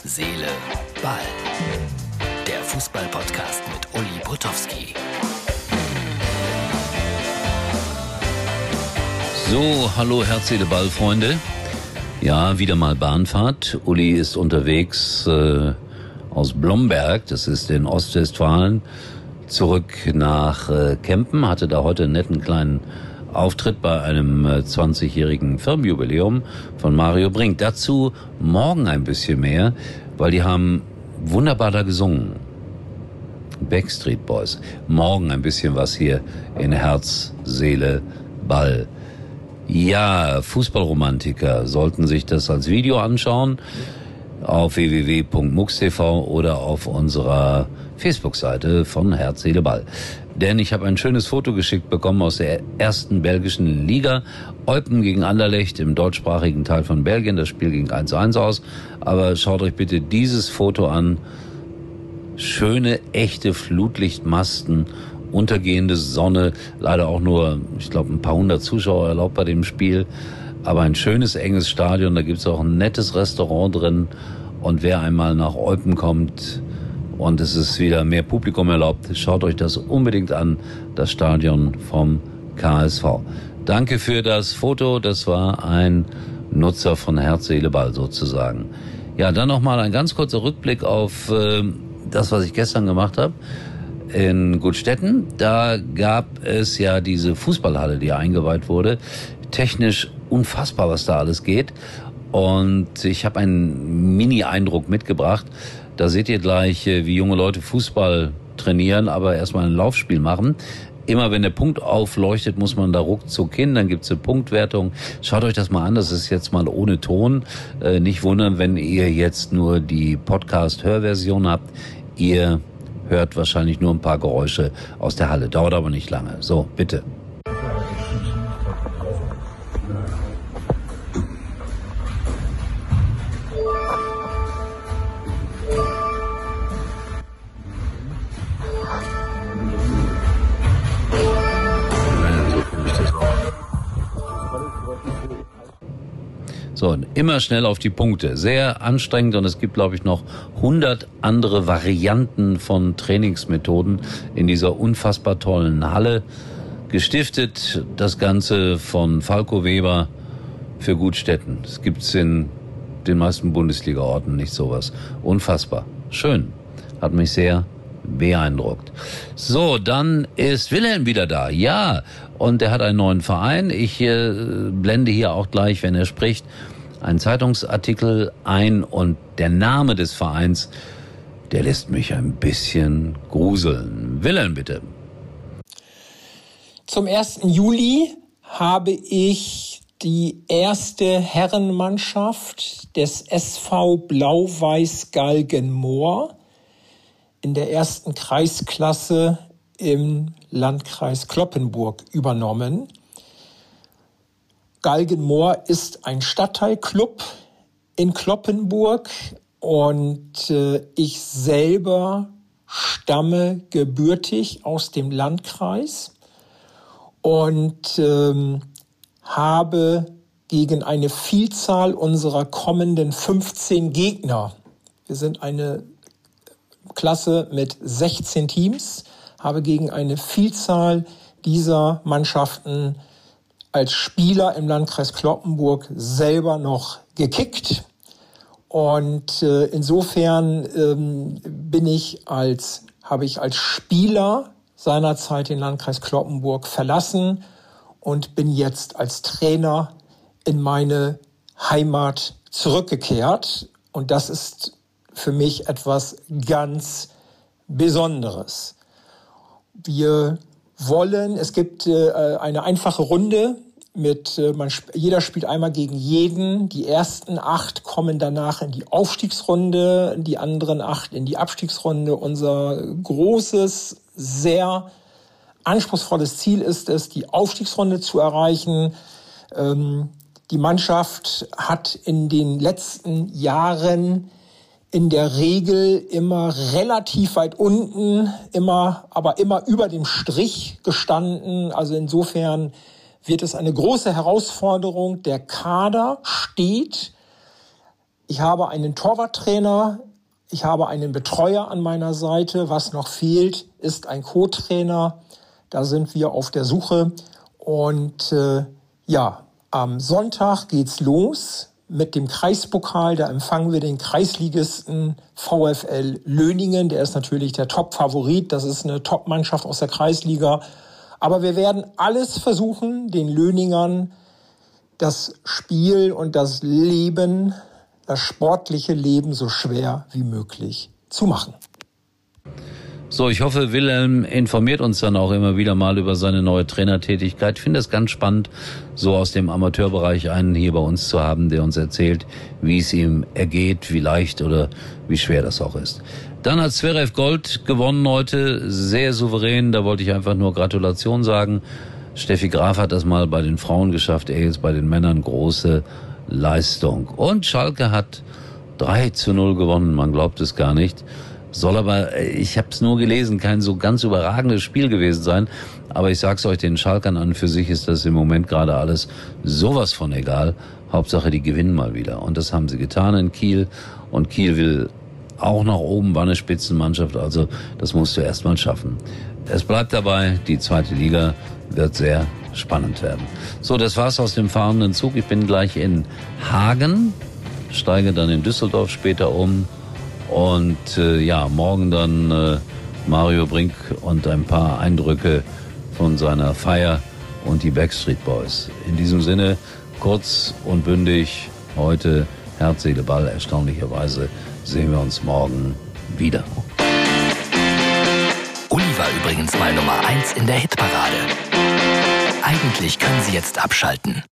Seele, Ball. Der Fußball-Podcast mit Uli Potowski. So, hallo Herz, Seele, Ball, Freunde. Ja, wieder mal Bahnfahrt. Uli ist unterwegs aus Blomberg, das ist in Ostwestfalen, zurück nach Kempen. Hatte da heute einen netten kleinen Auftritt bei einem 20-jährigen Firmenjubiläum von Mario Brink. Dazu morgen ein bisschen mehr, weil die haben wunderbar da gesungen. Backstreet Boys. Morgen ein bisschen was hier in Herz, Seele, Ball. Ja, Fußballromantiker sollten sich das als Video anschauen auf www.mux.tv oder auf unserer Facebook-Seite von Herz, Seele, Ball. Denn ich habe ein schönes Foto geschickt bekommen aus der ersten belgischen Liga. Eupen gegen Anderlecht im deutschsprachigen Teil von Belgien. Das Spiel ging 1-1 aus. Aber schaut euch bitte dieses Foto an. Schöne, echte Flutlichtmasten, untergehende Sonne. Leider auch nur, ich glaube, ein paar hundert Zuschauer erlaubt bei dem Spiel. Aber ein schönes, enges Stadion. Da gibt's auch ein nettes Restaurant drin. Und wer einmal nach Eupen kommt und es ist wieder mehr Publikum erlaubt, schaut euch das unbedingt an, das Stadion vom KSV. Danke für das Foto, das war ein Nutzer von Herz, Seele, Ball sozusagen. Ja, dann nochmal ein ganz kurzer Rückblick auf das, was ich gestern gemacht habe in Gutstetten. Da gab es ja diese Fußballhalle, die eingeweiht wurde. Technisch unfassbar, was da alles geht. Und ich habe einen Mini-Eindruck mitgebracht. Da seht ihr gleich, wie junge Leute Fußball trainieren, aber erstmal ein Laufspiel machen. Immer wenn der Punkt aufleuchtet, muss man da ruckzuck hin, dann gibt's eine Punktwertung. Schaut euch das mal an, das ist jetzt mal ohne Ton. Nicht wundern, wenn ihr jetzt nur die Podcast-Hörversion habt. Ihr hört wahrscheinlich nur ein paar Geräusche aus der Halle. Dauert aber nicht lange. So, bitte. So, immer schnell auf die Punkte. Sehr anstrengend und es gibt, glaube ich, noch 100 andere Varianten von Trainingsmethoden in dieser unfassbar tollen Halle. Gestiftet das Ganze von Falco Weber für Gutstetten. Das gibt's in den meisten Bundesliga-Orten nicht sowas. Unfassbar. Schön. Hat mich sehr beeindruckt. So, dann ist Wilhelm wieder da. Ja, und er hat einen neuen Verein. Ich blende hier auch gleich, wenn er spricht, einen Zeitungsartikel ein und der Name des Vereins, der lässt mich ein bisschen gruseln. Wilhelm, bitte. Zum 1. Juli habe ich die erste Herrenmannschaft des SV Blau-Weiß Galgenmoor in der ersten Kreisklasse im Landkreis Cloppenburg übernommen. Galgenmoor ist ein Stadtteilclub in Cloppenburg und ich selber stamme gebürtig aus dem Landkreis und habe gegen eine Vielzahl unserer kommenden 15 Gegner, wir sind eine Klasse mit 16 Teams, habe gegen eine Vielzahl dieser Mannschaften als Spieler im Landkreis Cloppenburg selber noch gekickt. Und insofern habe ich als Spieler seinerzeit den Landkreis Cloppenburg verlassen und bin jetzt als Trainer in meine Heimat zurückgekehrt. Und das ist für mich etwas ganz Besonderes. Es gibt eine einfache Runde jeder spielt einmal gegen jeden. Die ersten 8 kommen danach in die Aufstiegsrunde, die anderen 8 in die Abstiegsrunde. Unser großes, sehr anspruchsvolles Ziel ist es, die Aufstiegsrunde zu erreichen. Die Mannschaft hat in den letzten Jahren in der Regel immer relativ weit unten, aber immer über dem Strich gestanden. Also insofern wird es eine große Herausforderung. Der Kader steht. Ich habe einen Torwarttrainer, ich habe einen Betreuer an meiner Seite. Was noch fehlt, ist ein Co-Trainer. Da sind wir auf der Suche. Und am Sonntag geht's los mit dem Kreispokal. Da empfangen wir den Kreisligisten VfL Löningen. Der ist natürlich der Top-Favorit. Das ist eine Top-Mannschaft aus der Kreisliga. Aber wir werden alles versuchen, den Löningern das Spiel und das Leben, das sportliche Leben so schwer wie möglich zu machen. So, ich hoffe, Wilhelm informiert uns dann auch immer wieder mal über seine neue Trainertätigkeit. Ich finde es ganz spannend, so aus dem Amateurbereich einen hier bei uns zu haben, der uns erzählt, wie es ihm ergeht, wie leicht oder wie schwer das auch ist. Dann hat Zverev Gold gewonnen heute, sehr souverän. Da wollte ich einfach nur Gratulation sagen. Steffi Graf hat das mal bei den Frauen geschafft, er jetzt bei den Männern, große Leistung. Und Schalke hat 3-0 gewonnen, man glaubt es gar nicht. Soll aber, ich habe es nur gelesen, kein so ganz überragendes Spiel gewesen sein. Aber ich sag's euch, den Schalkern an für sich ist das im Moment gerade alles sowas von egal. Hauptsache, die gewinnen mal wieder. Und das haben sie getan in Kiel. Und Kiel will auch nach oben, war eine Spitzenmannschaft. Also das musst du erst mal schaffen. Es bleibt dabei, die zweite Liga wird sehr spannend werden. So, das war's aus dem fahrenden Zug. Ich bin gleich in Hagen, steige dann in Düsseldorf später um. Und morgen dann Mario Brink und ein paar Eindrücke von seiner Feier und die Backstreet Boys. In diesem Sinne, kurz und bündig, heute Herz, Seele, Ball. Erstaunlicherweise sehen wir uns morgen wieder. Uli war übrigens mal Nummer 1 in der Hitparade. Eigentlich können Sie jetzt abschalten.